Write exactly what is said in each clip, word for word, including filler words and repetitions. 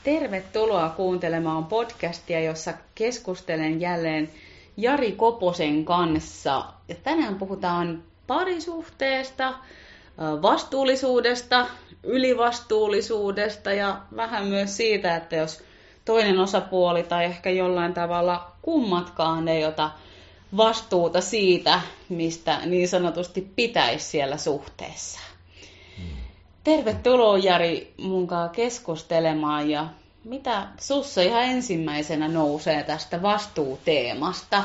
Tervetuloa kuuntelemaan podcastia, jossa keskustelen jälleen Jari Koposen kanssa. Ja tänään puhutaan parisuhteesta, vastuullisuudesta, ylivastuullisuudesta ja vähän myös siitä, että jos toinen osapuoli tai ehkä jollain tavalla kummatkaan ei ota vastuuta siitä, mistä niin sanotusti pitäisi siellä suhteessa. Tervetuloa Jari munkaan keskustelemaan ja mitä sussa ihan ensimmäisenä nousee tästä vastuuteemasta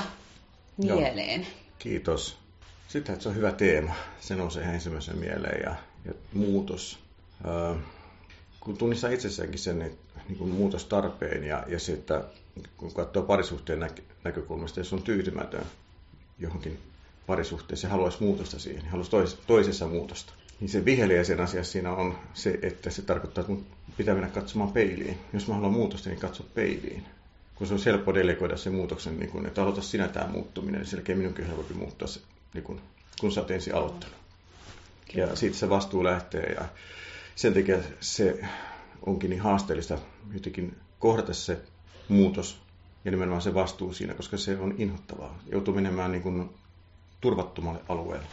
mieleen? Joo, kiitos. Sitä, että se on hyvä teema. Se nousee ihan ensimmäisen mieleen ja, ja muutos. Äh, kun tunnistaa itsessäänkin sen että, niin kuin muutostarpeen ja, ja se, että kun katsoo parisuhteen näkö, näkökulmasta, jos on tyytymätön johonkin parisuhteeseen, haluaisi muutosta siihen, haluaisi tois, toisessa muutosta. Niin se viheliäisen asia siinä on se, että se tarkoittaa, että mun pitää mennä katsomaan peiliin. Jos mä haluan muutosta, niin katso peiliin. Kun se on helppo delegoida se muutoksen, niin kun, että aloita sinä tämä muuttuminen, niin selkeä minunkin helpompi muuttua se, niin kun, kun sä oot ensin aloittanut. Kyllä. Ja siitä se vastuu lähtee ja sen takia se onkin niin haasteellista jotenkin kohdata se muutos ja nimenomaan se vastuu siinä, koska se on inhottavaa. Joutuu menemään niin kun turvattomalle alueelle.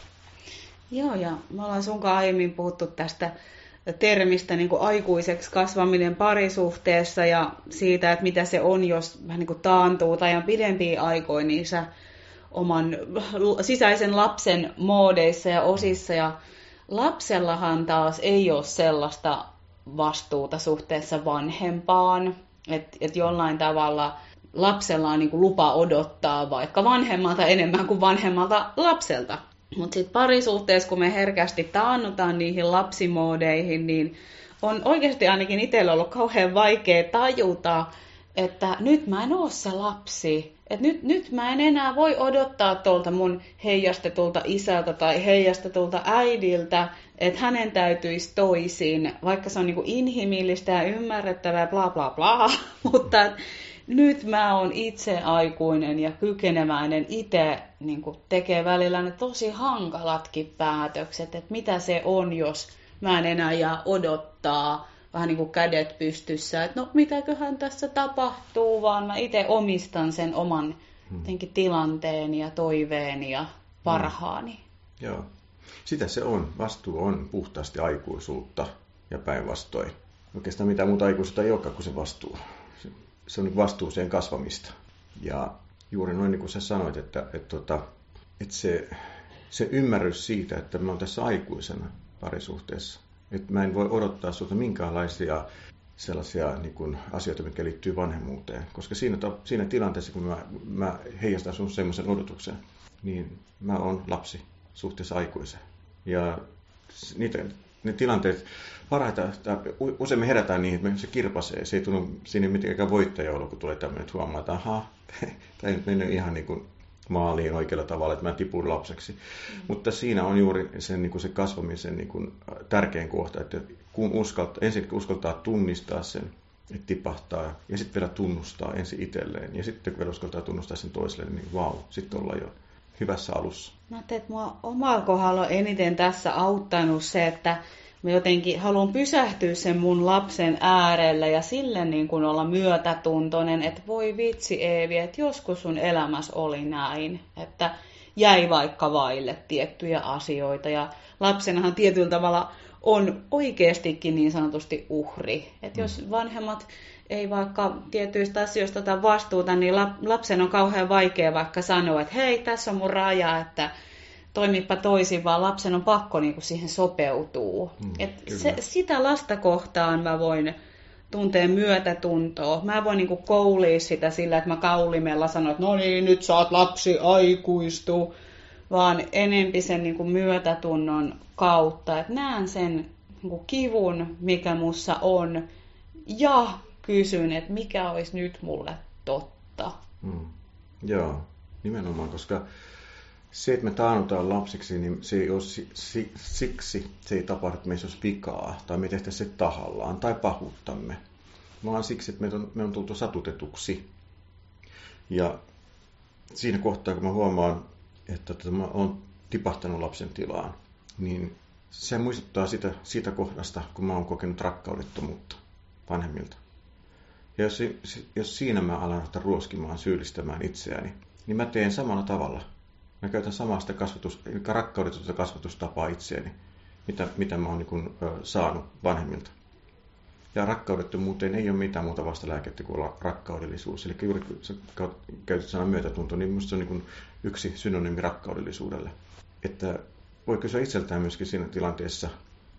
Joo, ja me ollaan sunkaan aiemmin puhuttu tästä termistä niin kuin aikuiseksi kasvaminen parisuhteessa ja siitä, että mitä se on, jos vähän niin kuin taantuu tai on pidempiä aikoja niissä oman sisäisen lapsen moodeissa ja osissa. Ja lapsellahan taas ei ole sellaista vastuuta suhteessa vanhempaan, että et jollain tavalla lapsella on niin kuin lupa odottaa vaikka vanhemmalta enemmän kuin vanhemmalta lapselta. Mutta sitten parisuhteessa, kun me herkästi taannutaan niihin lapsimoodeihin, niin on oikeasti ainakin itsellä ollut kauhean vaikea tajuta, että nyt mä en ole se lapsi. Että nyt, nyt mä en enää voi odottaa tuolta mun heijastetulta isältä tai heijastetulta äidiltä, että hänen täytyisi toisin, vaikka se on niinku inhimillistä ja ymmärrettävää, bla bla bla, mutta nyt mä oon itse aikuinen ja kykeneväinen itse niin tekee välillä ne tosi hankalatkin päätökset, että mitä se on, jos mä en enää jää odottaa vähän niin kuin kädet pystyssä, että no mitäköhän tässä tapahtuu, vaan mä itse omistan sen oman hmm. tilanteeni ja toiveeni ja parhaani. Hmm. Joo, sitä se on. Vastuu on puhtaasti aikuisuutta ja päinvastoin. Oikeastaan mitään muuta aikuisuutta ei olekaan kuin se vastuu. Se on vastuuseen kasvamista. Ja juuri noin niin kuin sä sanoit, että, että, että, että se, se ymmärrys siitä, että mä oon tässä aikuisena parisuhteessa. Että mä en voi odottaa sulta minkäänlaisia sellaisia niin kuin asioita, mitkä liittyy vanhemmuuteen. Koska siinä, siinä tilanteessa, kun mä, mä heijastan sun semmoisen odotuksen, niin mä oon lapsi suhteessa aikuiseen. Ja niitä, ne tilanteet, parhaita, usein me herätään niin, että se kirpasee. Se ei tunnu siinä mitenkään voittajaolo, kun tulee tämmöinen, että huomaa, että ahaa, tämä ei nyt mennyt ihan niin kuin maaliin oikealla tavalla, että mä tipun lapseksi. Mm. Mutta siinä on juuri sen, niin kuin se kasvamisen niin kuin tärkein kohta, että kun uskaltaa, ensin uskaltaa tunnistaa sen, että tipahtaa, ja sitten vielä tunnustaa ensin itselleen, ja sitten kun vielä uskaltaa tunnustaa sen toiselle, niin vau, sitten ollaan jo hyvässä alussa. Mä ajattelin, että mua omalla kohdalla on eniten tässä auttanut se, että mä jotenkin haluan pysähtyä sen mun lapsen äärelle ja sille niin kuin olla myötätuntoinen, että voi vitsi Eevi, että joskus sun elämässä oli näin, että jäi vaikka vaille tiettyjä asioita ja lapsenahan tietyllä tavalla on oikeastikin niin sanotusti uhri, että jos vanhemmat ei vaikka tietyistä asioista ota vastuuta, niin lapsen on kauhean vaikea vaikka sanoa, että hei, tässä on mun raja, että toimipa toisin, vaan lapsen on pakko niin kuin siihen sopeutua. Mm, Et se, sitä lasta kohtaan mä voin tuntea myötätuntoa. Mä voin niin kuin koulia sitä sillä, että mä kaulimella sanon, että no niin, nyt sä oot lapsi, aikuistu. Vaan enempi sen niin kuin myötätunnon kautta, että näen sen niin kuin kivun, mikä mussa on, ja kysyn, että mikä olisi nyt mulle totta. Mm, joo, nimenomaan, koska se, että me taannutaan lapsiksi, niin se ei ole siksi, se ei tapahdu, että meissä olisi vikaa, tai me tehtäisiin se tahallaan, tai pahuuttamme, vaan siksi, että me on, me on tultu satutetuksi. Ja siinä kohtaa, kun mä huomaan, että tota, mä oon tipahtanut lapsen tilaan, niin se muistuttaa sitä, siitä kohdasta, kun mä oon kokenut rakkaudettomuutta vanhemmilta. Ja jos, jos siinä mä alan ruveta ruoskimaan, syyllistämään itseäni, niin mä teen samalla tavalla. Mä käytän samasta kasvatus, eli rakkaudetonta kasvatustapaa itseäni, mitä, mitä mä oon niin kuin, ö, saanut vanhemmilta. Ja rakkaudettomuuteen ei ole mitään muuta vastalääkettä kuin rakkaudellisuus. Eli juuri kun sä käytät sanan myötätunto, niin minusta se on niin kuin yksi synonyymi rakkaudellisuudelle. Että voi kysyä itseltään myöskin siinä tilanteessa,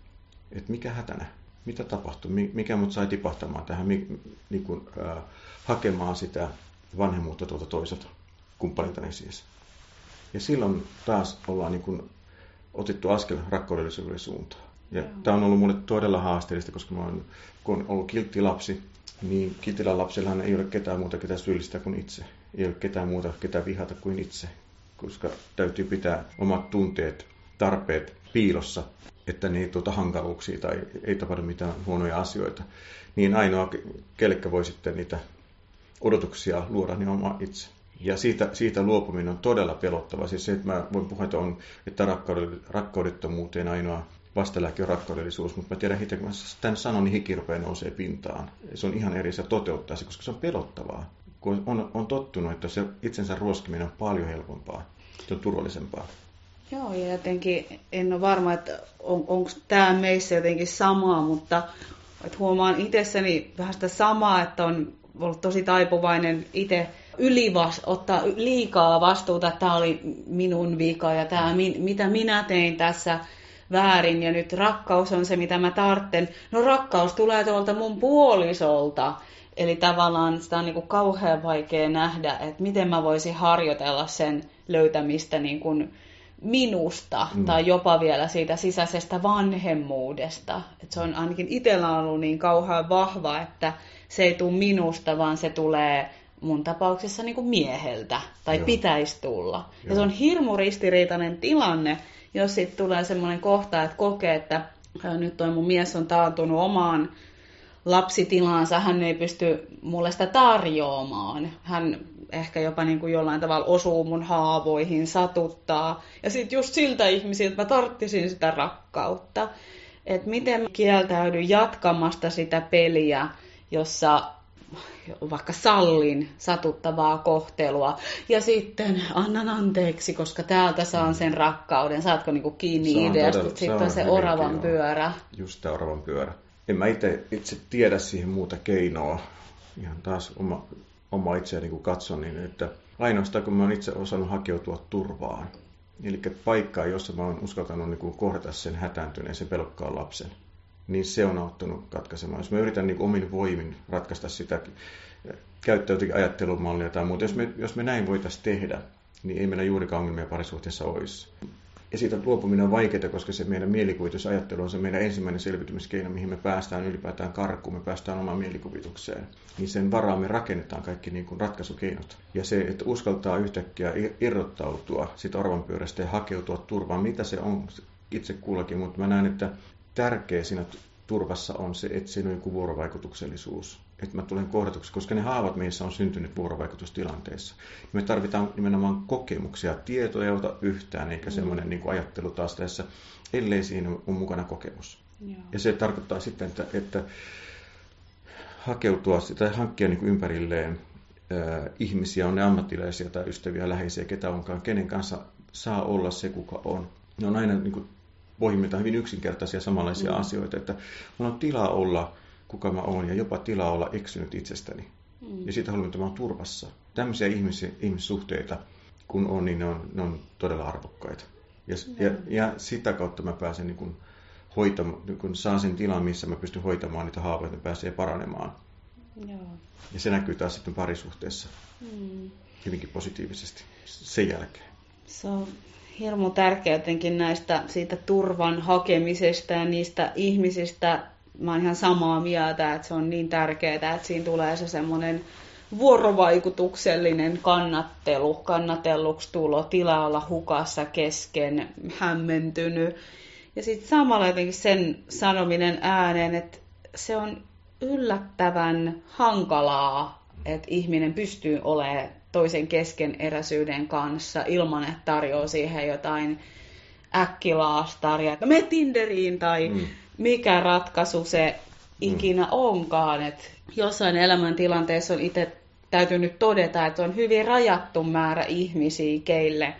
että mikä hätänä, mitä tapahtui, mikä mut sai tipahtamaan tähän, niin kuin, äh, hakemaan sitä vanhemmuutta tuolta toiselta kumppaniltani siis. Ja silloin taas ollaan niin kuin otettu askel rakkaudellisuuden suuntaan. Ja tämä on ollut mulle todella haasteellista, koska mä oon, kun on ollut kiltti lapsi, niin kiltillä lapsellahan ei ole ketään muuta, ketään syyllistää kuin itse. Ei ole ketään muuta, ketään vihata kuin itse, koska täytyy pitää omat tunteet, tarpeet piilossa, että ne ei tuota hankaluuksia tai ei tapahdu mitään huonoja asioita. Niin ainoa, kellekä voi sitten niitä odotuksia luoda, niin oma itse. Ja siitä, siitä luopuminen on todella pelottava. Siis se, että mä voin puhua, että, on, että rakkaudettomuuteen ainoa vastalääke on rakkaudellisuus, mutta mä tiedän itse, kun mä tämän sanon, niin hiki rupeaa nousee pintaan. Se on ihan eri se toteuttaa se, koska se on pelottavaa. Kun on, on tottunut, että se itsensä ruoskiminen on paljon helpompaa, se on turvallisempaa. Joo, ja jotenkin en ole varma, että on, onko tämä meissä jotenkin samaa, mutta että huomaan itsessäni vähän sitä samaa, että on ollut tosi taipuvainen itse ylivas, ottaa liikaa vastuuta, että tämä oli minun vika ja tämä, mitä minä tein tässä väärin ja nyt rakkaus on se, mitä mä tartten. No rakkaus tulee tuolta mun puolisolta. Eli tavallaan sitä on niin kuin kauhean vaikea nähdä, että miten mä voisin harjoitella sen löytämistä niin kuin minusta mm. tai jopa vielä siitä sisäisestä vanhemmuudesta. Että se on ainakin itsellä ollut niin kauhean vahva, että se ei tule minusta, vaan se tulee mun tapauksessa niin kuin mieheltä tai Joo. pitäisi tulla. Joo. Ja se on hirmu ristiriitainen tilanne, jos sitten tulee semmoinen kohta, että kokee, että nyt toi mun mies on taantunut omaan lapsitilaansa, hän ei pysty mulle sitä tarjoamaan. Hän ehkä jopa niin kuin jollain tavalla osuu mun haavoihin, satuttaa. Ja sitten just siltä ihmisiltä mä tarttisin sitä rakkautta. Että miten kieltäydyn jatkamasta sitä peliä, jossa vaikka sallin satuttavaa kohtelua ja sitten annan anteeksi, koska täältä saan sen rakkauden. Saatko niinku kiinni ideasta, että sitten on se oravan joo. pyörä. Just tämä oravan pyörä. En mä itse, itse tiedä siihen muuta keinoa. Ihan taas oma, oma itseäni kun katson, niin että ainoastaan kun mä oon itse osannut hakeutua turvaan. Eli paikkaa, jossa mä oon uskaltanut niin kuin kohdata sen hätääntyneen, sen pelokkaan lapsen. Niin se on auttanut katkaisemaan. Jos mä yritän niin omin voimin ratkaista sitä, käyttää jotenkin ajattelumallia tai muuta, jos me, jos me näin voitaisiin tehdä, niin ei meillä juurikaan ongelmia parisuhteessa olisi. Ja siitä luopuminen on vaikeaa, koska se meidän mielikuvitusajattelu on se meidän ensimmäinen selvitymiskeino, mihin me päästään ylipäätään karkuun, me päästään omaan mielikuvitukseen. Niin sen varaan me rakennetaan kaikki niin kuin ratkaisukeinot. Ja se, että uskaltaa yhtäkkiä irrottautua siitä arvanpyörästä ja hakeutua turvaan, mitä se on itse kullakin, mutta mä näen, että tärkeä siinä turvassa on se, että siinä on joku vuorovaikutuksellisuus. Että mä tulen kohdatuksi, koska ne haavat meissä on syntynyt vuorovaikutustilanteissa. Me tarvitaan nimenomaan kokemuksia, tietoja ei ota yhtään, eikä mm. semmoinen niin kuin ajattelu taas tässä, ellei siinä ole mukana kokemus. Joo. Ja se tarkoittaa sitten, että, että hakeutua tai hankkia niin kuin ympärilleen äh, ihmisiä, on ne ammattilaisia tai ystäviä, läheisiä, ketä onkaan, kenen kanssa saa olla se, kuka on. Ne on aina niin kuin pohjimmiltaan hyvin yksinkertaisia samanlaisia mm. asioita, että mulla on tilaa olla kuka mä oon ja jopa tilaa olla eksynyt itsestäni. Mm. Ja siitä huolimatta mä oon turvassa. Tämmöisiä ihmisiä, ihmissuhteita kun on, niin ne on, ne on todella arvokkaita. Ja, mm. ja, ja sitä kautta mä pääsen niin kun hoitamaan, niin kun saan sen tilan, missä mä pystyn hoitamaan niitä haavoja, että pääsee paranemaan. Joo. Ja se näkyy taas sitten parisuhteessa mm. hyvinkin positiivisesti sen jälkeen. Se on hirmu tärkeää jotenkin näistä siitä turvan hakemisesta ja niistä ihmisistä. Mä oon ihan samaa mieltä, että se on niin tärkeää, että siinä tulee se semmoinen vuorovaikutuksellinen kannattelu, kannatelluksi tulo, tila olla hukassa kesken, hämmentynyt. Ja sitten samalla jotenkin sen sanominen ääneen, että se on yllättävän hankalaa, että ihminen pystyy olemaan toisen keskeneräisyyden kanssa ilman, että tarjoaa siihen jotain äkkilaastaria, että me Tinderiin tai mm. mikä ratkaisu se ikinä onkaan. Et jossain elämäntilanteessa on itse täytynyt todeta, että on hyvin rajattu määrä ihmisiä, keille,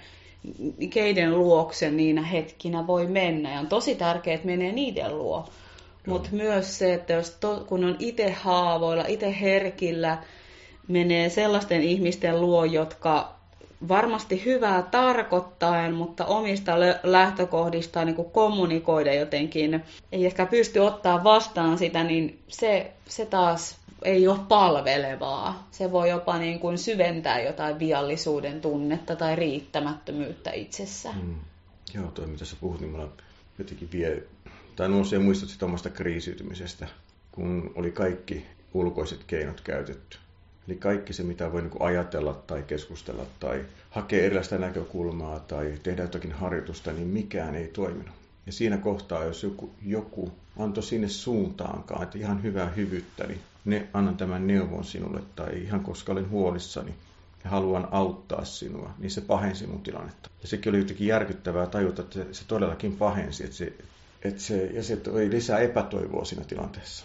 keiden luokse niinä hetkinä voi mennä. Ja on tosi tärkeää, että menee niiden luo. Mutta myös se, että jos to, kun on itse haavoilla, itse herkillä, menee sellaisten ihmisten luo, jotka varmasti hyvää tarkoittaen, mutta omista lähtökohdistaan niin kuin kommunikoida jotenkin, ei ehkä pysty ottaa vastaan sitä, niin se, se taas ei ole palvelevaa. Se voi jopa niin kuin syventää jotain viallisuuden tunnetta tai riittämättömyyttä itsessä. Mm. Joo, toi mitä sä puhut, niin mulla jotenkin vie, tai nousee muistot sitä omasta kriisiytymisestä, kun oli kaikki ulkoiset keinot käytetty. Eli kaikki se, mitä voi niin kuin ajatella tai keskustella tai hakea erilaista näkökulmaa tai tehdä jotakin harjoitusta, niin mikään ei toiminut. Ja siinä kohtaa, jos joku, joku antoi sinne suuntaankaan, että ihan hyvää hyvyyttä, niin ne annan tämän neuvon sinulle tai ihan koska olen huolissani ja haluan auttaa sinua, niin se pahensi mun tilannetta. Ja sekin oli jotenkin järkyttävää tajuta, että se todellakin pahensi, että se, että se, ja se toi lisää epätoivoa siinä tilanteessa.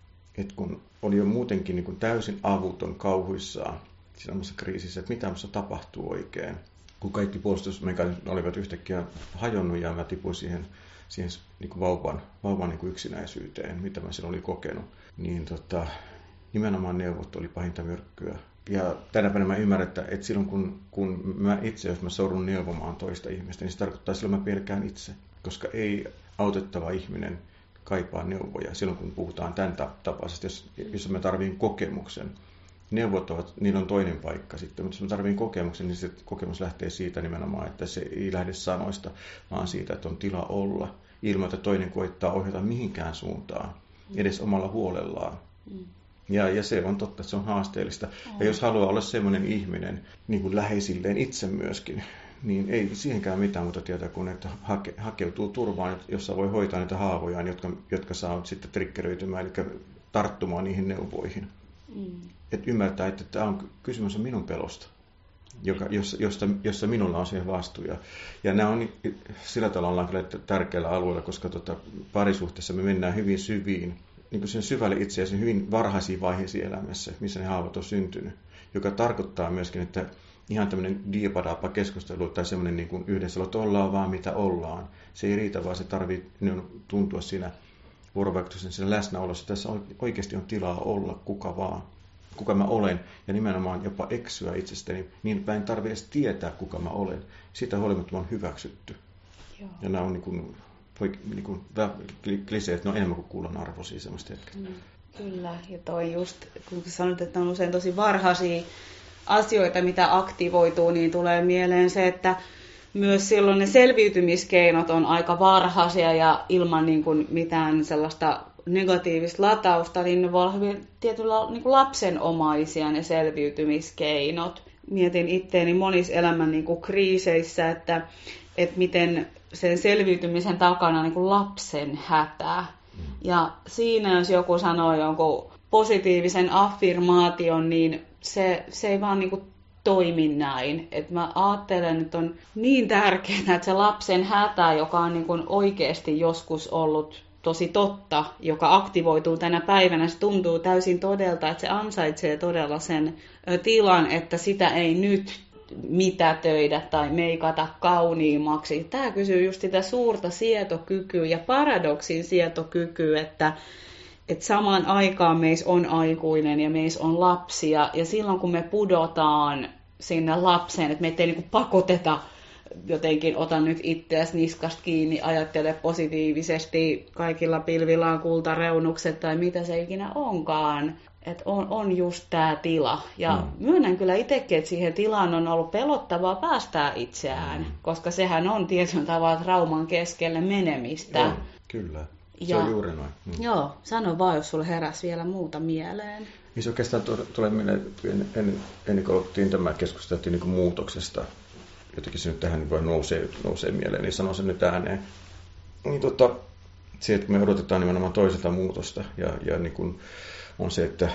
Et kun oli jo muutenkin niin kuin täysin avuton kauhuissaan siinä omassa kriisissä, että mitä minussa tapahtuu oikein. Kun kaikki puolustusmekanismit olivat yhtäkkiä hajonnut ja mä tipuin siihen, siihen niin kuin vauvan, vauvan niin kuin yksinäisyyteen, mitä mä silloin olin kokenut, niin tota, nimenomaan neuvot oli pahinta myrkkyä. Ja tänä päivänä mä ymmärrän, että, että silloin kun, kun mä itse, jos mä sorun neuvomaan toista ihmistä, niin se tarkoittaa, että silloin mä pelkään itse, koska ei autettava ihminen kaipaa neuvoja silloin, kun puhutaan tämän tapaisesta, jos, jos mä tarvitsen kokemuksen. Neuvot ovat, niillä on toinen paikka sitten, mutta jos mä tarvitsen kokemuksen, niin se kokemus lähtee siitä nimenomaan, että se ei lähde sanoista, vaan siitä, että on tila olla, ilman että toinen koittaa ohjata mihinkään suuntaan, edes omalla huolellaan. Mm. Ja, ja se on totta, että se on haasteellista. Mm. Ja jos haluaa olla semmoinen ihminen, niin kuin läheisilleen itse myöskin, niin ei siihenkään mitään muuta tietää kuin, että hake, hakeutuu turvaan, jossa voi hoitaa niitä haavojaan, jotka, jotka saa sitten triggeröitymään, eli tarttumaan niihin neuvoihin. Mm. Että ymmärtää, että tämä on kysymys on minun pelosta, joka, jossa, josta, jossa minulla on siihen vastuu. Ja, ja nämä on sillä tavalla ollaan kyllä tärkeällä alueella, koska tota, parisuhteessa me mennään hyvin syviin, niin kuin sen syvälle itse asiassa hyvin varhaisiin vaiheisiin elämässä, missä ne haavat on syntynyt, joka tarkoittaa myöskin, että ihan tämmöinen diapadapa keskustelu tai semmoinen niin kuin yhdessä, että ollaan vaan mitä ollaan. Se ei riitä, vaan se tarvitsee tuntua siinä vuorovaikutuksen siinä läsnäolossa. Tässä oikeasti on tilaa olla kuka vaan, kuka mä olen ja nimenomaan jopa eksyä itsestäni, niin mä en tarvitse edes tietää kuka mä olen. Siitä huolimatta mä oon hyväksytty. Joo. Ja nämä on niin kuin, niin kuin kliseet, ne on enemmän kuin kuulan arvoisia semmoista hetket. Mm, kyllä, ja toi just, kun sanot, että on usein tosi varhaisia asioita, mitä aktivoituu, niin tulee mieleen se, että myös silloin ne selviytymiskeinot on aika varhaisia ja ilman niin kuin mitään sellaista negatiivista latausta, niin ne voi olla hyvin tietyllä niin kuin lapsenomaisia ne selviytymiskeinot. Mietin itteeni monissa elämän niin kuin kriiseissä, että, että miten sen selviytymisen takana on niin kuin lapsen hätä. Ja siinä jos joku sanoo jonkun positiivisen affirmaation, niin se, se ei vaan niin kuin toimi näin. Et mä ajattelen, että on niin tärkeää, että se lapsen hätä, joka on niin kuin oikeasti joskus ollut tosi totta, joka aktivoituu tänä päivänä, se tuntuu täysin todelta, että se ansaitsee todella sen tilan, että sitä ei nyt mitätöidä tai meikata kauniimmaksi. Tämä kysyy just sitä suurta sietokykyä ja paradoksin sietokykyä, että että samaan aikaan meissä on aikuinen ja meissä on lapsia, ja silloin kun me pudotaan sinne lapseen, että meitä ei niin kuin pakoteta jotenkin, ota nyt itseäsi niskasta kiinni, ajattele positiivisesti, kaikilla pilvillä on kultareunukset tai mitä se ikinä onkaan, että on, on just tämä tila. Ja mm. myönnän kyllä itsekin, että siihen tilaan on ollut pelottavaa päästää itseään, koska sehän on tietyllä tavalla trauman keskelle menemistä. Joo, kyllä. Se on juuri noin. Mm. Joo, sano vaan, jos sulle heräsi vielä muuta mieleen. Niin se oikeastaan tulee mieleen, ennen, ennen kuin oltiin tämä keskusteltiin niin muutoksesta, jotenkin se nyt tähän voi nousee, nousee mieleen, niin sanon sen nyt ääneen. Niin tota, se, että me odotetaan nimenomaan toiselta muutosta, ja, ja niin kuin on se, että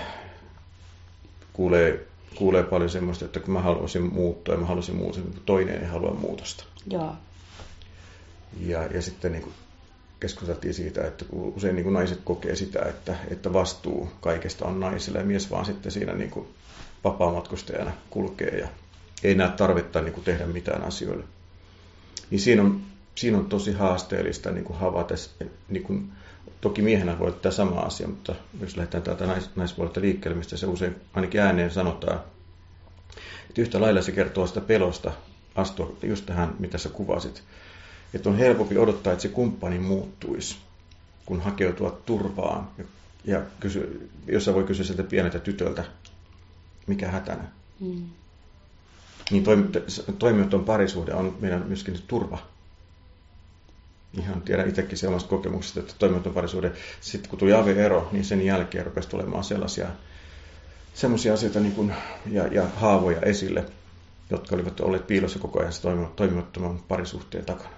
kuulee, kuulee paljon semmoista, että kun mä haluaisin muuttua ja mä haluaisin muutosta, niin toinen ei halua muutosta. Joo. Ja, ja sitten niin kuin keskusteltiin siitä, että usein niin kuin naiset kokee sitä, että, että vastuu kaikesta on naisilla ja mies vaan sitten siinä niin kuin vapaamatkustajana kulkee ja ei näe tarvetta niin kuin tehdä mitään asioille. Niin siinä on, siinä on tosi haasteellista niin kuin havaita, niin kuin, toki miehenä voi olla tämä sama asia, mutta jos lähdetään täältä nais, naispuolelta liikkeelle, mistä se usein ainakin ääneen sanotaan, että yhtä lailla se kertoo sitä pelosta astua just tähän, mitä sä kuvasit. Että on helpompi odottaa, että se kumppani muuttuisi, kun hakeutua turvaan. Ja kysy, jos sä voi kysyä sieltä pieneltä tytöltä, mikä hätänä. Mm. Niin toimimaton parisuhde on meidän myöskin turva. Ihan tiedän itsekin se omasta kokemuksesta, että toimimaton parisuhde, sitten kun tuli avioero, niin sen jälkeen rupesi tulemaan sellaisia semmoisia asioita niin kuin, ja, ja haavoja esille, jotka olivat olleet piilossa koko ajan toimimattoman parisuhteen takana.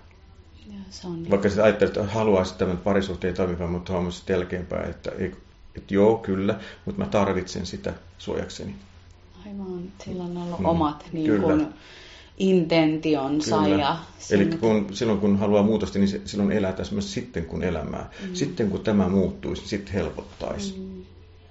Niin. Vaikka sitten ajattelit, että haluaisit tämän parisuhteen toimivan, mutta huomasit jälkeenpäin, että, että joo, kyllä, mutta mä tarvitsen sitä suojakseni. Aivan, sillä on ollut mm, omat niin kun, intentionsa. Kyllä. Ja eli kun, silloin kun haluaa muutosta, niin se, silloin elää tässä sitten kun elämää. Mm. Sitten kun tämä muuttuisi, niin sitten helpottaisi. Mm.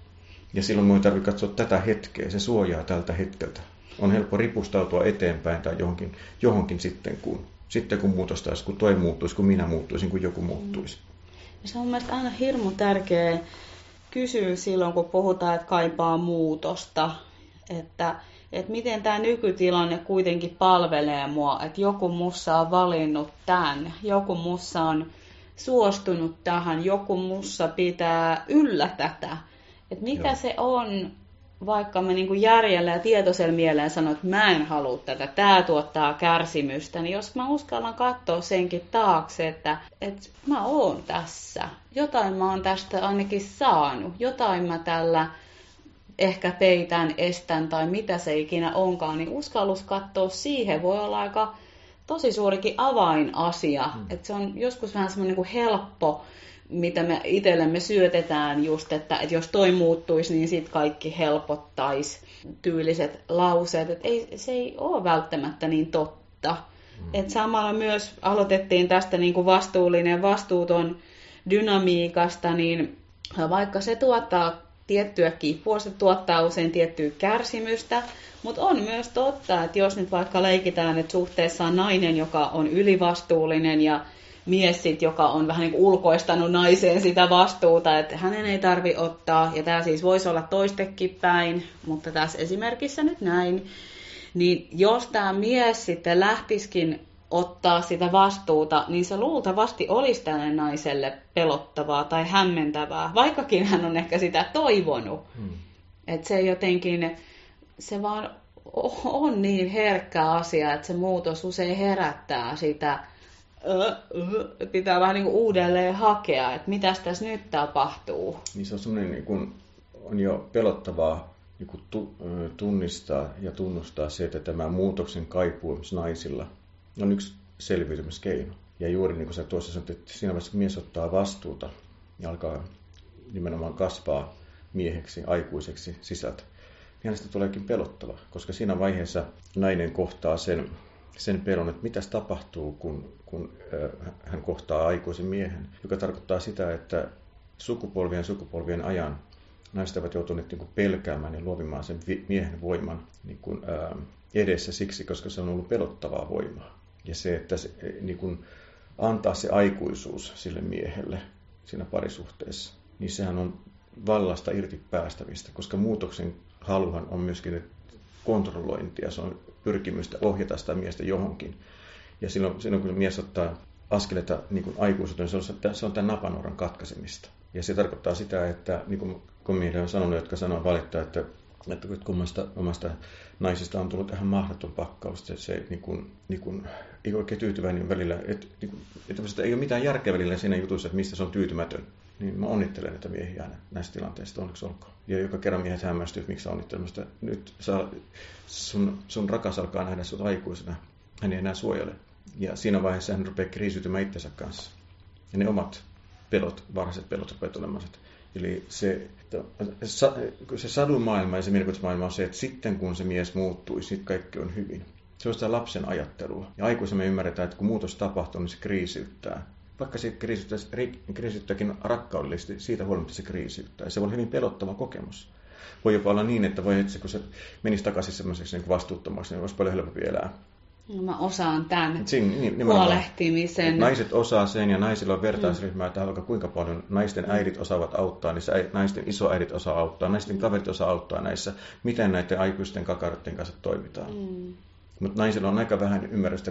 Ja silloin minun ei tarvitse katsoa tätä hetkeä, se suojaa tältä hetkeltä. On helppo ripustautua eteenpäin tai johonkin, johonkin sitten kun. Sitten kun muutos taas, kun toi muuttuisi, kun minä muuttuisin, kun joku muuttuisi. Ja se on mielestäni aina hirmu tärkeä kysyä silloin, kun puhutaan, että kaipaa muutosta. Että, että miten tämä nykytilanne kuitenkin palvelee mua. Että joku mussa on valinnut tämän, joku mussa on suostunut tähän, joku mussa pitää yllä tätä. Että mikä Joo. se on, vaikka mä niin kuin järjellä ja tietoisella mieleen sanon, että mä en halua tätä, tämä tuottaa kärsimystä, niin jos mä uskallan katsoa senkin taakse, että, että mä oon tässä, jotain mä oon tästä ainakin saanut, jotain mä tällä ehkä peitän, estän tai mitä se ikinä onkaan, niin uskallus katsoa siihen voi olla aika tosi suurikin avainasia, mm. että se on joskus vähän semmoinen niin kuin helppo, mitä me itsellemme syötetään just, että, että jos toi muuttuisi, niin sitten kaikki helpottaisi tyyliset lauseet. Että ei, se ei ole välttämättä niin totta. Mm. Että samalla myös aloitettiin tästä niin kuin vastuullinen vastuuton dynamiikasta, niin vaikka se tuottaa tiettyä kipua, se tuottaa usein tiettyä kärsimystä, mutta on myös totta, että jos nyt vaikka leikitään, että suhteessa on nainen, joka on ylivastuullinen ja mies sit, joka on vähän niin kuin ulkoistanut naiseen sitä vastuuta, että hänen ei tarvi ottaa, ja tämä siis voisi olla toistekin päin, mutta tässä esimerkissä nyt näin, niin jos tämä mies sitten lähtisikin ottaa sitä vastuuta, niin se luultavasti olisi tälle naiselle pelottavaa tai hämmentävää, vaikkakin hän on ehkä sitä toivonut. Hmm. Että se jotenkin, se vaan on niin herkkä asia, että se muutos usein herättää sitä, pitää vähän niin kuin uudelleen hakea, että mitäs tässä nyt tapahtuu. Niin se on semmoinen, niin kuin, on jo pelottavaa niin kuin tu, tunnistaa ja tunnustaa se, että tämä muutoksen kaipuu naisilla on yksi selviytymiskeino. Ja juuri niin kuin sä tuossa sanoit, että siinä vaiheessa kun mies ottaa vastuuta ja alkaa nimenomaan kasvaa mieheksi, aikuiseksi sisältä, niin hänestä tuleekin pelottava, koska siinä vaiheessa nainen kohtaa sen, sen pelon, että mitäs tapahtuu, kun, kun äh, hän kohtaa aikuisen miehen, joka tarkoittaa sitä, että sukupolvien sukupolvien ajan naiset ovat joutuneet niin kuin pelkäämään ja luovimaan sen vi- miehen voiman niin kuin, äh, edessä siksi, koska se on ollut pelottavaa voimaa. Ja se, että se, niin kuin antaa se aikuisuus sille miehelle siinä parisuhteessa, niin sehän on vallasta irti päästämistä, koska muutoksen haluhan on myöskin kontrollointia, se on pyrkimystä ohjata sitä miestä johonkin. Ja silloin, silloin kun mies ottaa askeleita niin kuin aikuisuuteen, se on, se on tämän napanuoran katkaisemista. Ja se tarkoittaa sitä, että niin kuin komedian on sanonut, jotka sanoo valittaa, että, että kummasta omasta naisista on tullut ihan mahdoton pakkaus, että se niin kuin, niin kuin, ei oikein tyytyväinen välillä, että, niin kuin, että ei ole mitään järkeä välillä siinä jutussa, että mistä se on tyytymätön. Niin mä onnittelen näitä miehiä näistä tilanteista, onneksi olkoon. Ja joka kerran miehet hämmästyy, että miksi sä onnittelemasta. Nyt saa, sun, sun rakas alkaa nähdä sut aikuisena. Hän ei enää suojele. Ja siinä vaiheessa hän rupeaa kriisiytymään itsensä kanssa. Ja ne omat pelot, varhaiset pelot rupeaa tulemaan. Eli se, se sadunmaailma ja se mielikuvitusmaailma on se, että sitten kun se mies muuttuu, sitten kaikki on hyvin. Se on sitä lapsen ajattelua. Ja aikuisena me ymmärretään, että kun muutos tapahtuu, niin se kriisiyttää. vaikka se kriisiyttääkin rakkaudellisesti, siitä huolimatta se kriisiyttää. Ja se on hyvin pelottava kokemus. Voi jopa olla niin, että voi itse, kun se menisi takaisin semmoiseksi niin vastuuttomaksi, niin olisi paljon helpompi elää. No, mä osaan tämän Siin, huolehtimisen. Naiset osaa sen ja naisilla on vertaisryhmää, että vaikka kuinka paljon naisten äidit osaavat auttaa, niin naisten isoäidit osaa auttaa, naisten kaverit osaa auttaa näissä, miten näiden aikuisten kakaroiden kanssa toimitaan. Mm. Mutta naisilla on aika vähän ymmärrystä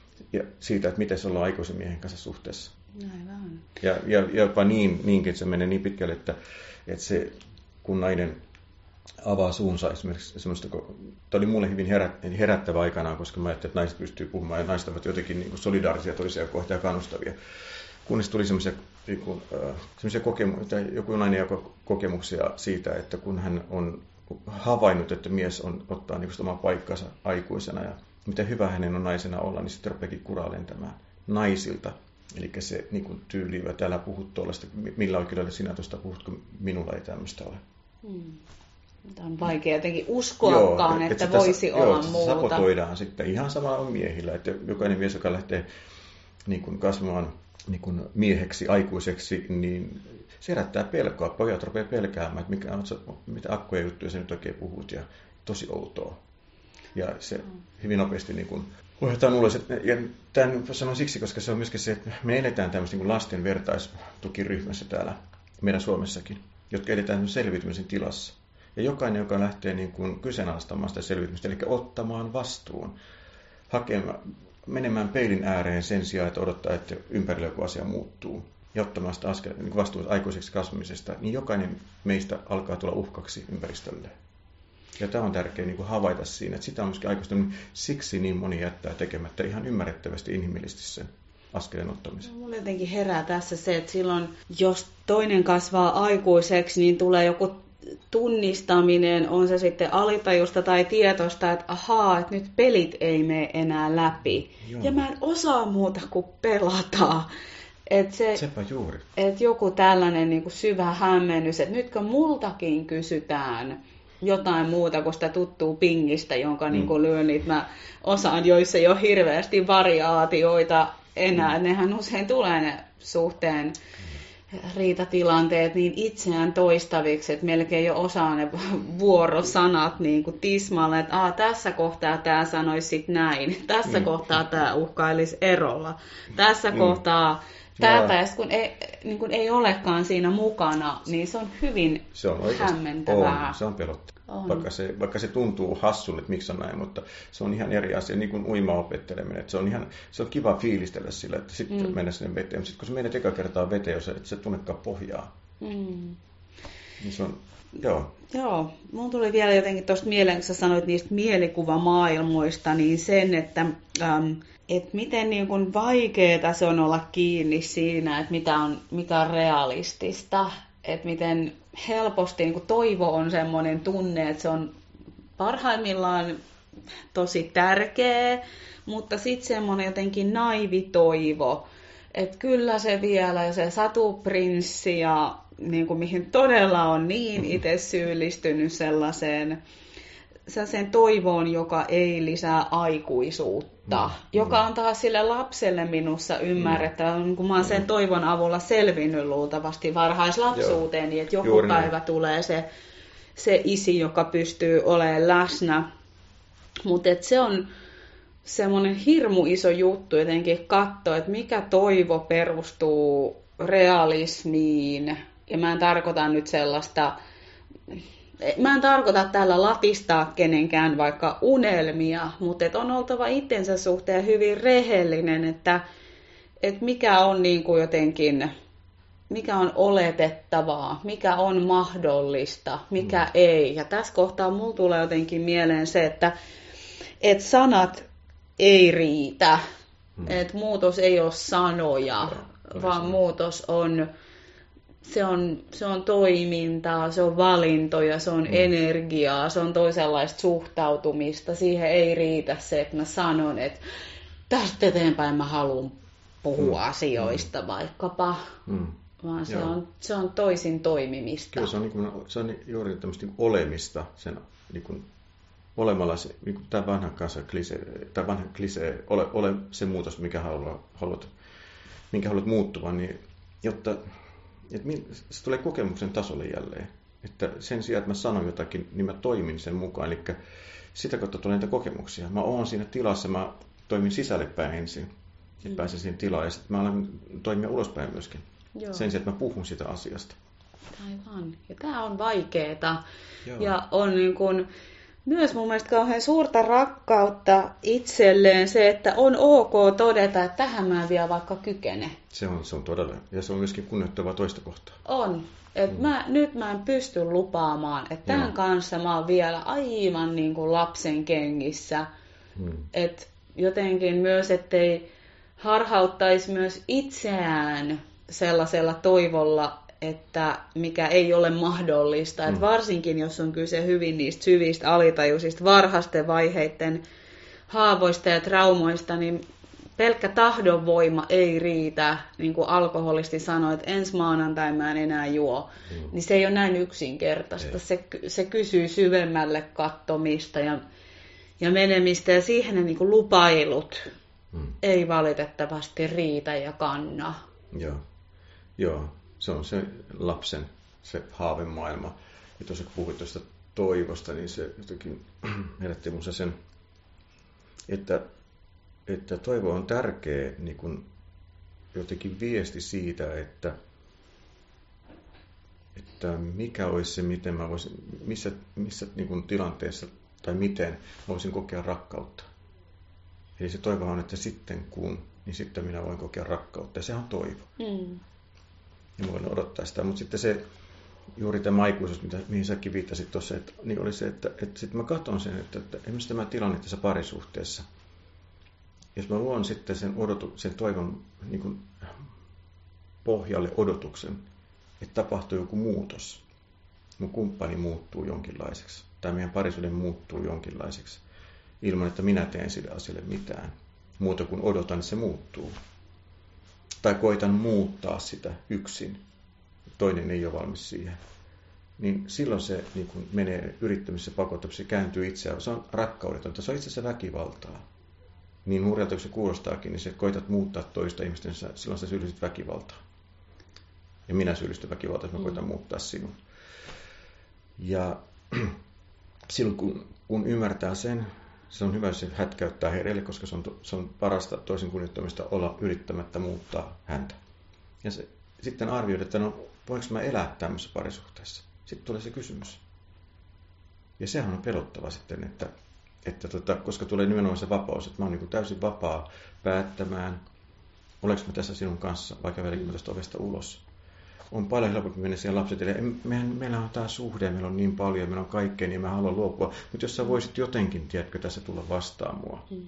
siitä, että miten se ollaan aikuisen miehen kanssa suhteessa. Aivan. Ja, ja jopa niin, niinkin, että se menee niin pitkälle, että, että se, kun nainen avaa suunsa esimerkiksi semmoista, tämä oli mulle hyvin herättävä aikanaan, koska mä ajattelin, että naiset pystyy puhumaan ja naiset ovat jotenkin niin kuin solidaarisia toisia kohtaan ja kannustavia. Kunnes tuli semmoisia, niin kuin, äh, semmoisia kokemuksia, joku nainen joka kokemuksia siitä, että kun hän on havainnut, että mies on ottaa niin kuin oman paikkansa aikuisena ja miten hyvä hänen on naisena olla, niin sitten rupeakin kuraa lentämään naisilta. Eli se niin kuin tyyli, että älä puhu tuollaista, millä oikeudella sinä tuosta puhut, kun minulla ei tämmöistä ole. Hmm. Tämä on vaikea jotenkin uskoakaan, joo, että, että voisi sitä, olla joo, muuta. Joo, sabotoidaan sitten. Ihan sama on miehillä, että jokainen mies, joka lähtee niin kuin kasvamaan niin kuin mieheksi, aikuiseksi, niin se herättää pelkoa. Pojat rupeaa pelkäämään, että mikä on, mitä akkuja juttuja sä nyt oikein puhut, ja tosi outoa. Ja se hyvin nopeasti niin kuin ohjataan ulos. Ja tämän sanon siksi, koska se on myöskin se, että me eletään tämmöistä niin lasten vertaistukiryhmässä täällä meidän Suomessakin, jotka eletään selviytymisen tilassa. Ja jokainen, joka lähtee niin kuin kyseenalaistamaan sitä selviytymistä, eli ottamaan vastuun, hakemaan, menemään peilin ääreen sen sijaan, että odottaa, että ympärillä joku asia muuttuu, ja ottamaan sitä askel, niin vastuun aikuiseksi kasvamisesta, niin jokainen meistä alkaa tulla uhkaksi ympäristölle. Ja tämä on tärkeää niin kuin havaita siinä, että sitä on myöskin aikuista, niin siksi niin moni jättää tekemättä ihan ymmärrettävästi inhimillisesti sen askeleen ottamisen. No, mulla jotenkin herää tässä se, että silloin, jos toinen kasvaa aikuiseksi, niin tulee joku tunnistaminen, on se sitten alitajusta tai tietoista, että ahaa, että nyt pelit ei mene enää läpi. Joo. Ja mä en osaa muuta kuin pelata. Että se, Sepä juuri. Että joku tällainen niin kuin syvä hämmennys, että nytkö multakin kysytään jotain muuta kuin sitä tuttuu pingistä, jonka mm. niin kuin lyön, niin mä osaan, joissa ei ole hirveästi variaatioita enää. Mm. Nehän usein tulee ne suhteen riitatilanteet niin itseään toistaviksi, että melkein jo osaa ne vuorosanat niin kuin tismalle, että Aa, tässä kohtaa tämä sanoisi sit näin, tässä mm. kohtaa tämä uhkailisi erolla, tässä mm. kohtaa tätä, ja kun ei, niin kun ei olekaan siinä mukana, niin se on hyvin se on hämmentävää. On, se on pelottavaa. Vaikka se, vaikka se tuntuu hassulle, että miksi on näin, mutta se on ihan eri asia, niin kuin uima-opetteleminen. Että se, on ihan, se on kiva fiilistellä sillä, että sitten mm. mennä sinne veteen. Mutta sitten kun se menet eka kertaa veteen, jos et se tunnekaan pohjaa, mm. niin se on, joo. Joo, mun tuli vielä jotenkin tuosta mieleen, kun sä sanoit niistä mielikuvamaailmoista, niin sen, että äm, et miten niin kun vaikeaa se on olla kiinni siinä, että mitä on, mikä on realistista, että miten helposti niin kun toivo on semmoinen tunne, että se on parhaimmillaan tosi tärkeä, mutta sitten semmoinen jotenkin naivi toivo, että kyllä se vielä, ja se satuprinssi, ja niin kuin mihin todella on niin itse syyllistynyt sellaiseen, sellaiseen toivoon, joka ei lisää aikuisuutta, mm. joka on taas sille lapselle minussa ymmärrettävä, mm. kun mä oon sen toivon avulla selvinnyt luultavasti varhaislapsuuteen, niin että joku Juuri päivä näin. Tulee se, se isi, joka pystyy olemaan läsnä. Mutta se on semmoinen hirmu iso juttu jotenkin katsoa, että mikä toivo perustuu realismiin. Ja mä en tarkoita nyt sellaista, mä en tarkoita tällä latistaa kenenkään vaikka unelmia, mutta et on oltava itsensä suhteen hyvin rehellinen, että et mikä on niin kuin jotenkin, mikä on oletettavaa, mikä on mahdollista, mikä mm. ei. Ja tässä kohtaa mulla tulee jotenkin mieleen se, että et sanat ei riitä, mm. että muutos ei ole sanoja, no, vaan muutos on, se on, se on toimintaa, se on valintoja, se on mm. energiaa, se on toisenlaista suhtautumista. Siihen ei riitä se, että mä sanon, että tästä eteenpäin mä haluan puhua mm. asioista mm. vaikkapa, mm. vaan se on, se on toisin toimimista. Kyllä se on, niin kuin, se on juuri tämmöistä niin olemista, sen niin kuin olemalla se, niin kuin tämä vanha kanssa klise, tämä vanha klise, ole, ole se muutos, mikä haluat, haluat minkä haluat muuttuvan, niin jotta että se tulee kokemuksen tasolle jälleen. Että sen sijaan, että mä sanon jotakin, niin mä toimin sen mukaan. Eli sitä kautta tulee niitä kokemuksia. Mä oon siinä tilassa, mä toimin sisälle päin ensin, että mm. pääsen siihen tilaan. Ja sitten mä alan toimia ulospäin myöskin. Joo. Sen sijaan, että mä puhun sitä asiasta. Aivan. Ja tää on vaikeeta. Joo. Ja on niin kun myös mun mielestä kauhean suurta rakkautta itselleen se, että on ok todeta, että tähän mä en vielä vaikka kykene. Se on, se on todella. Ja se on myöskin kunnioittavaa toista kohtaa. On. Et mm. mä, nyt mä en pysty lupaamaan, että tämän Joo. kanssa mä oon vielä aivan niin kuin lapsen kengissä. Mm. Et jotenkin myös, ettei harhauttaisi myös itseään sellaisella toivolla, että mikä ei ole mahdollista. Mm. Et varsinkin, jos on kyse hyvin niistä syvistä, alitajuisista, varhaisten vaiheiden haavoista ja traumoista, niin pelkkä tahdonvoima ei riitä, niin kuin alkoholisti sanoi, että ensi maanantai mä en enää juo. Mm. Niin se ei ole näin yksinkertaista. Se, se kysyy syvemmälle kattomista ja, ja menemistä, ja siihen ne niin kuin lupailut mm. ei valitettavasti riitä ja kanna. Joo, Joo. Se on se lapsen, se haavemaailma. Ja tuossa kun puhuit tuosta toivosta, niin se jotenkin herätti minussa sen, että että toivo on tärkeä niin kuin jotenkin viesti siitä, että, että mikä olisi se, miten mä voisin, missä, missä niin kuin tilanteessa tai miten mä voisin kokea rakkautta. Eli se toivo on, että sitten kun, niin sitten minä voin kokea rakkautta. Ja se on toivo. Mm. Ja mä voin odottaa sitä. Mutta sitten se, juuri tämä aikuisuus, mitä, mihin säkin viittasit tuossa, että, niin oli se, että, että sitten mä katson sen, että, että esimerkiksi tämä tilanne tässä parisuhteessa, jos mä luon sitten sen, odotu, sen toivon niin kuin pohjalle odotuksen, että tapahtuu joku muutos, mun kumppani muuttuu jonkinlaiseksi, tai meidän parisuuden muuttuu jonkinlaiseksi, ilman että minä teen sille asialle mitään, muuta kuin odotan, että se muuttuu. Tai koitan muuttaa sitä yksin, toinen ei ole valmis siihen. Niin silloin se niin kuin menee yrittämisessä pakottamisessa, se kääntyy itseään, se on rakkaudetonta, se on itse asiassa väkivaltaa. Niin hurjalta, kun se kuulostaakin, niin se koitat muuttaa toista ihmistä, niin silloin sä syyllistyt väkivaltaan. Ja minä syyllistyn väkivaltaan, että mä koitan mm. muuttaa sinun. Ja silloin, kun, kun ymmärtää sen, se on hyvä, että se hätkäyttää hereille, koska se on, se on parasta toisen kunnioittamista olla yrittämättä muuttaa häntä. Ja se, sitten arvioida, että no, voinko mä elää tämmöisessä parisuhteessa? Sitten tulee se kysymys. Ja sehän on pelottava sitten, että Että tota, koska tulee nimenomaan se vapaus, että mä oon niin kuin täysin vapaa päättämään, olenko mä tässä sinun kanssa, vaikka kävelenkin mä tästä ovesta ulos. On paljon helpompi mennä siihen lapset, eli mehän, meillä on tämä suhde, meillä on niin paljon, meillä on kaikkea, niin mä haluan luopua. Mutta jos sä voisit jotenkin, tiedätkö, tässä tulla vastaan mua. Mm.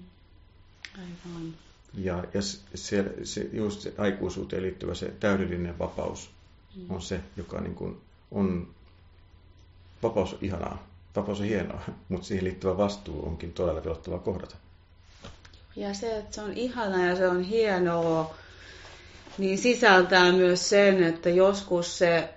Aivan. Ja, ja se, se, just se aikuisuuteen liittyvä se täydellinen vapaus mm. on se, joka niin kuin on, vapaus on ihanaa. Vapaus on hienoa, mutta siihen liittyvä vastuu onkin todella pelottavaa kohdata. Ja se, että se on ihanaa ja se on hienoa, niin sisältää myös sen, että joskus se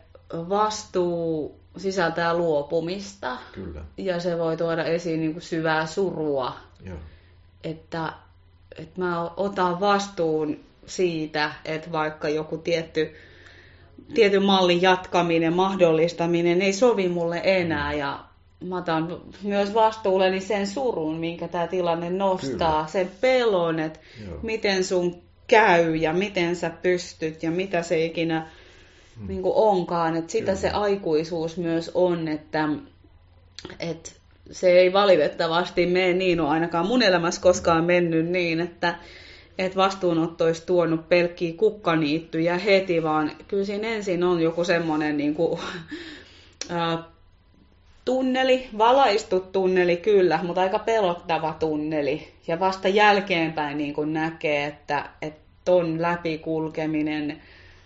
vastuu sisältää luopumista. Kyllä. Ja se voi tuoda esiin niin kuin syvää surua. Joo. Että, että mä otan vastuun siitä, että vaikka joku tietty, tietyn mallin jatkaminen, mahdollistaminen ei sovi mulle enää ja mä otan myös vastuulleni sen surun, minkä tämä tilanne nostaa, Kyllä. sen pelon, että Joo. miten sun käy ja miten sä pystyt ja mitä se ikinä hmm. niin kuin onkaan. Että sitä Kyllä. se aikuisuus myös on, että, että se ei valitettavasti mene niin, on ainakaan mun elämässä koskaan mennyt niin, että, että vastuunotto olisi tuonut pelkkiä kukkaniittyjä heti, vaan kyllä siinä ensin on joku semmoinen niin kuin, äh, tunneli, valaistu tunneli kyllä, mutta aika pelottava tunneli. Ja vasta jälkeenpäin niin kun näkee, että, että ton läpikulkeminen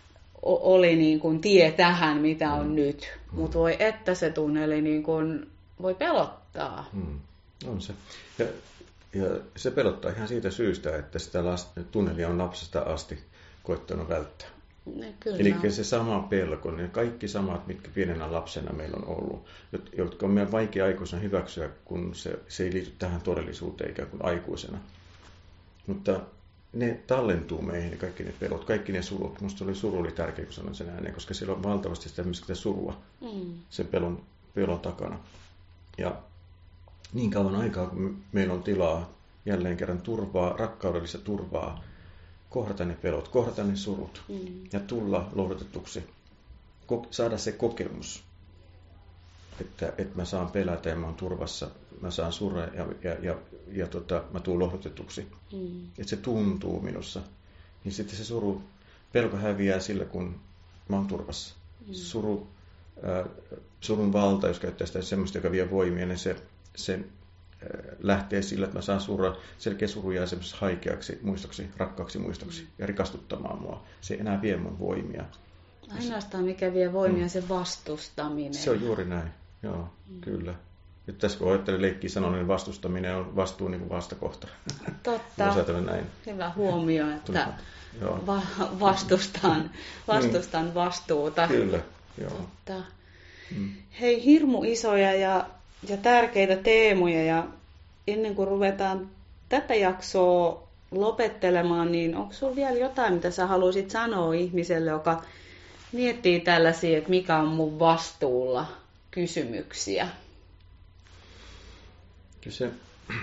oli niin kun tie tähän, mitä on mm. nyt. Mm. Mutta voi että se tunneli niin kun voi pelottaa. Mm. On se. Ja, ja se pelottaa ihan siitä syystä, että sitä last, tunnelia on lapsesta asti koettanut välttää. Kyllä. Eli se sama pelko, ne kaikki samat, mitkä pienenä lapsena meillä on ollut, jotka on meidän vaikea aikuisena hyväksyä, kun se, se ei liity tähän todellisuuteen ikään kuin aikuisena. Mutta ne tallentuu meihin, kaikki ne pelot, kaikki ne surut. Musta oli suru oli tärkeä, kun sanoin sen ääneen, koska siellä on valtavasti sitä, sitä surua mm. sen pelon, pelon takana. Ja niin kauan aikaa, kun meillä on tilaa jälleen kerran turvaa, rakkaudellista turvaa, kohdata ne pelot, kohdata ne surut mm. ja tulla lohdutetuksi, saada se kokemus, että, että mä saan pelätä ja mä oon turvassa, mä saan surra ja, ja, ja, ja tota, mä tuun lohdutetuksi. Mm. Että se tuntuu minussa. Niin sitten se suru, pelko häviää sillä, kun mä oon turvassa. Mm. Suru, äh, surun valta, jos käyttää sitä semmoista, joka vie voimia, niin se, se äh, lähtee sillä, että mä saan surra. Selkeä suru jää semmoisessa haikeaksi muistoksi, rakkaaksi muistoksi mm. ja rikastuttamaan mua. Se ei enää vie mun voimia. Ainoastaan mikä vie voimia, mm. se vastustaminen. Se on juuri näin, joo, mm. kyllä. Nyt tässä kun ajattelin leikkiä sanoa, niin vastustaminen on vastuu niin kuin vastakohta. Totta. Näin. Hyvä huomio, että va- vastustan, vastustan mm. vastuuta. Kyllä, joo. Totta. Mm. Hei, hirmu isoja ja, ja tärkeitä teemoja, ja ennen kuin ruvetaan tätä jaksoa lopettelemaan, niin onko sinulla vielä jotain, mitä sä haluaisit sanoa ihmiselle, joka miettii tällaisia, että mikä on mun vastuulla kysymyksiä? Kyllä se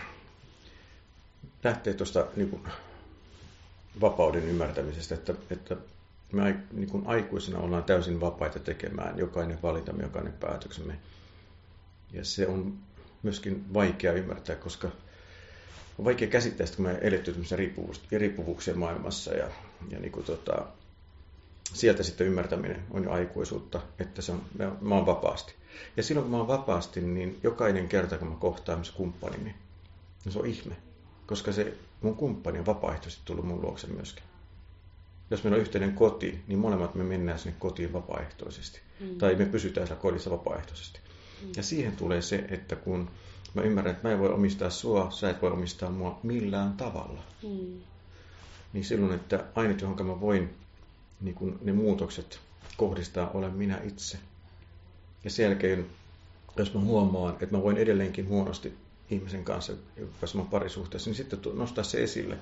lähtee tuosta niin kuin vapauden ymmärtämisestä, että, että me niin kuin aikuisena ollaan täysin vapaita tekemään jokainen valintamme, jokainen päätöksemme. Ja se on myöskin vaikea ymmärtää, koska on vaikea käsittää sitä, kun me eletty riippuvuuksia maailmassa ja, ja niin kuin tota, sieltä sitten ymmärtäminen on jo aikuisuutta, että se on, mä oon vapaasti. Ja silloin kun mä oon vapaasti, niin jokainen kerta kun mä kohtaan myös kumppanini, niin se on ihme. Koska se mun kumppani on vapaaehtoisesti tullut mun luokse myöskin. Jos meillä on yhteinen koti, niin molemmat me mennään sinne kotiin vapaaehtoisesti. Mm. Tai me pysytään siellä kodissa vapaaehtoisesti. Mm. Ja siihen tulee se, että kun mä ymmärrän, että mä en voi omistaa sua, sä et voi omistaa mua millään tavalla. Mm. Niin silloin, että ainut johonka mä voin niin kun ne muutokset kohdistaa, olen minä itse. Ja sen jälkeen, jos mä huomaan, että mä voin edelleenkin huonosti ihmisen kanssa, jos mä oon parisuhteessa, niin sitten nostaa se esille.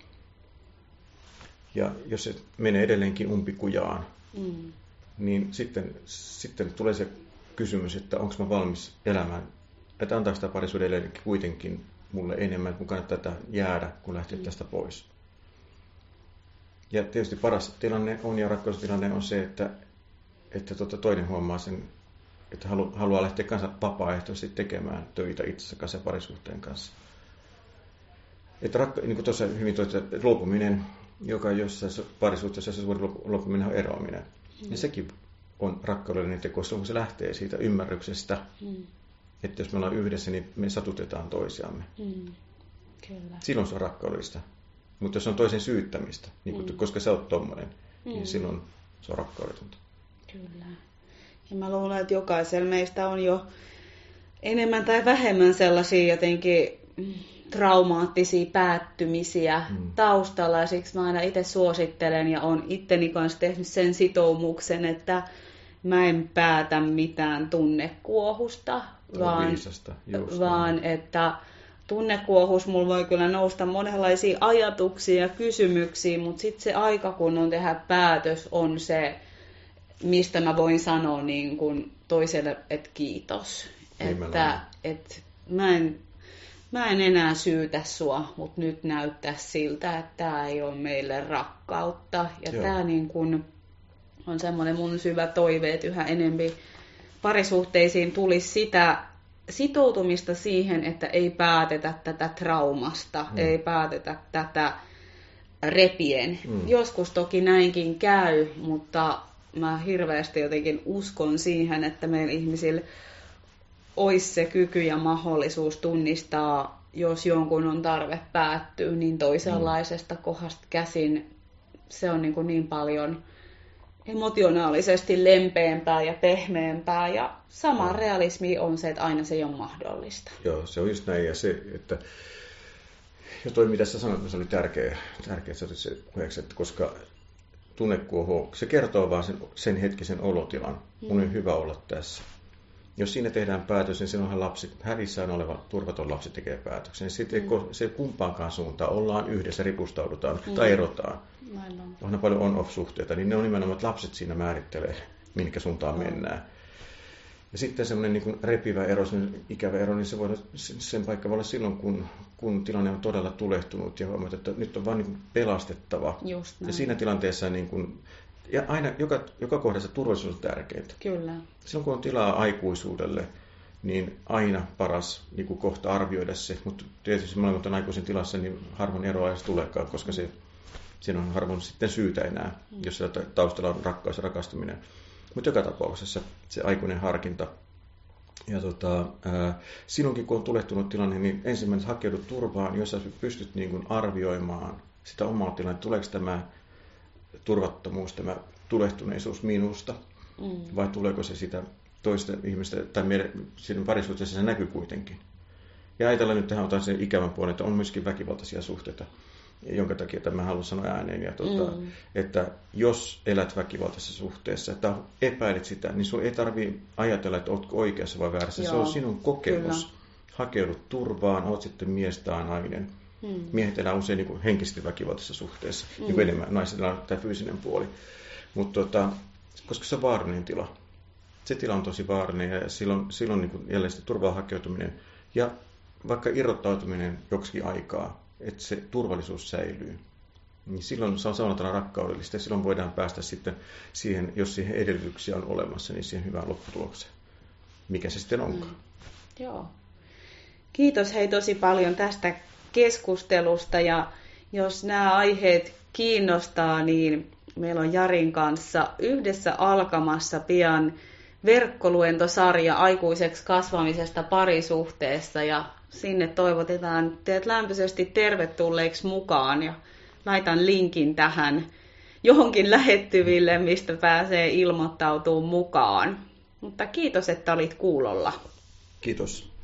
Ja jos se menee edelleenkin umpikujaan, mm. niin sitten, sitten tulee se kysymys, että onko mä valmis elämään, että antaako tämä parisuuden edelleenkin kuitenkin mulle enemmän, kun kannattaa tätä jäädä, kun lähtee mm. tästä pois. Ja tietysti paras tilanne on ja rakkaustilanne on se, että, että tuota toinen huomaa sen, että halu, haluaa lähteä kanssa vapaaehtoisesti tekemään töitä itsensä kanssa ja parisuhteen kanssa. Että rakka, niin kuin tuossa hyvin toit, että luopuminen, joka jossain parisuhteessa se suuri luopuminen on eroaminen. Mm. Ja sekin on rakkaudellinen teko, kun se lähtee siitä ymmärryksestä, mm. että jos me ollaan yhdessä, niin me satutetaan toisiamme. Mm. Kyllä. Silloin se on rakkaudellista. Mutta jos on toisen syyttämistä, niin kun, mm. koska sä oot tommonen, mm. niin silloin se on rakkaudetonta. Kyllä. Ja mä luulen, että jokaisella meistä on jo enemmän tai vähemmän sellaisia jotenkin traumaattisia päättymisiä mm. taustalla. Ja siksi mä aina itse suosittelen ja olen itteni kanssa tehnyt sen sitoumuksen, että mä en päätä mitään tunnekuohusta, vaan, vaan että tunnekuohus mulla voi kyllä nousta monenlaisia ajatuksia ja kysymyksiä, mutta sitten se aika, kun on tehdä päätös, on se, mistä mä voin sanoa niin kuin toiselle, että kiitos. Että, että mä, en, mä en enää syytä sua, mutta nyt näyttää siltä, että tämä ei ole meille rakkautta. Ja tämä niin kuin on semmoinen mun syvä toive, että yhä enemmän parisuhteisiin tulisi sitä sitoutumista siihen, että ei päätetä tätä traumasta, mm. ei päätetä tätä repien. Mm. Joskus toki näinkin käy, mutta mä hirveästi jotenkin uskon siihen, että meillä ihmisillä olisi se kyky ja mahdollisuus tunnistaa, jos jonkun on tarve päättyä, niin toisenlaisesta mm. kohdasta käsin. Se on niin, kuin niin paljon emotionaalisesti lempeämpää ja pehmeämpää, ja sama no. realismi on se, että aina se ei ole mahdollista. Joo, se on just näin, ja se, että ja toi mitä sä sanoit, se oli tärkeä, tärkeä että sä otit se, että koska tunnekuohu, se kertoo vaan sen, sen hetkisen olotilan, mm. mun on hyvä olla tässä. jos siinä tehdään päätös, niin silloinhan lapsi, hädissään oleva turvaton lapsi tekee päätöksen. Sitten mm. se kumpaankaan suuntaan ollaan yhdessä, ripustaudutaan mm. tai erotaan. Aivan. On paljon on-off-suhteita, niin ne on nimenomaan, että lapset siinä määrittelee, minkä suuntaan mm. mennään. Ja sitten semmoinen niin kuin repivä ero, ikävä ero, niin se voi, sen paikka voi olla silloin, kun, kun tilanne on todella tulehtunut ja huomaat, että nyt on vain niin kuin pelastettava. Ja siinä tilanteessa niin kuin, ja aina joka, joka kohdassa turvallisuus on tärkeintä. Kyllä. Silloin kun on tilaa aikuisuudelle, niin aina paras niin kuin kohta arvioida se. Mutta tietysti molemmat on aikuisen tilassa, niin harvoin eroa edes tulekaan, koska se, siinä on harvoin sitten syytä enää, mm. jos siellä taustalla on rakkaus ja rakastuminen. Mutta joka tapauksessa se aikuinen harkinta. Ja tota, ää, silloinkin kun on tulehtunut tilanne, niin ensimmäinen hakeudut turvaan, jos sä pystyt niin kuin arvioimaan sitä omaa tilannetta. Tuleeko tämä turvattomuus, tämä tulehtuneisuus minusta, mm. vai tuleeko se sitä toista ihmistä, tai meidän, siinä parisuhteessa se näkyy kuitenkin. Ja ajatellaan nyt tähän otan sen ikävän puolen, että on myöskin väkivaltaisia suhteita, jonka takia tämä haluan sanoa ääneen, ja tuota, mm. että jos elät väkivaltaisessa suhteessa, että epäilet sitä, niin sinun ei tarvitse ajatella, että oletko oikeassa vai väärässä. Joo, se on sinun kokemus. Kyllä. Hakeudut turvaan, olet sitten mies tai nainen. Mm. Miehet elää usein niin kuin henkisesti väkivaltaisessa suhteessa, mm. niin kuin enemmän naisilla on tämä fyysinen puoli. Mutta tota, koska se on vaarallinen tila. Se tila on tosi vaarallinen ja silloin, silloin niin kuin jälleen sitä turvaan hakeutuminen ja vaikka irrottautuminen joksikin aikaa, että se turvallisuus säilyy. Niin silloin se on samalla tavalla rakkaudellista ja silloin voidaan päästä sitten siihen, jos siihen edellytyksiä on olemassa, niin siihen hyvään lopputulokseen. Mikä se sitten onkaan. Mm. Joo. Kiitos hei tosi paljon tästä keskustelusta ja jos nämä aiheet kiinnostaa, niin meillä on Jarin kanssa yhdessä alkamassa pian verkkoluentosarja aikuiseksi kasvamisesta parisuhteessa ja sinne toivotetaan teidät lämpöisesti tervetulleeksi mukaan ja laitan linkin tähän johonkin lähettyville, mistä pääsee ilmoittautumaan mukaan. Mutta kiitos, että olit kuulolla. Kiitos.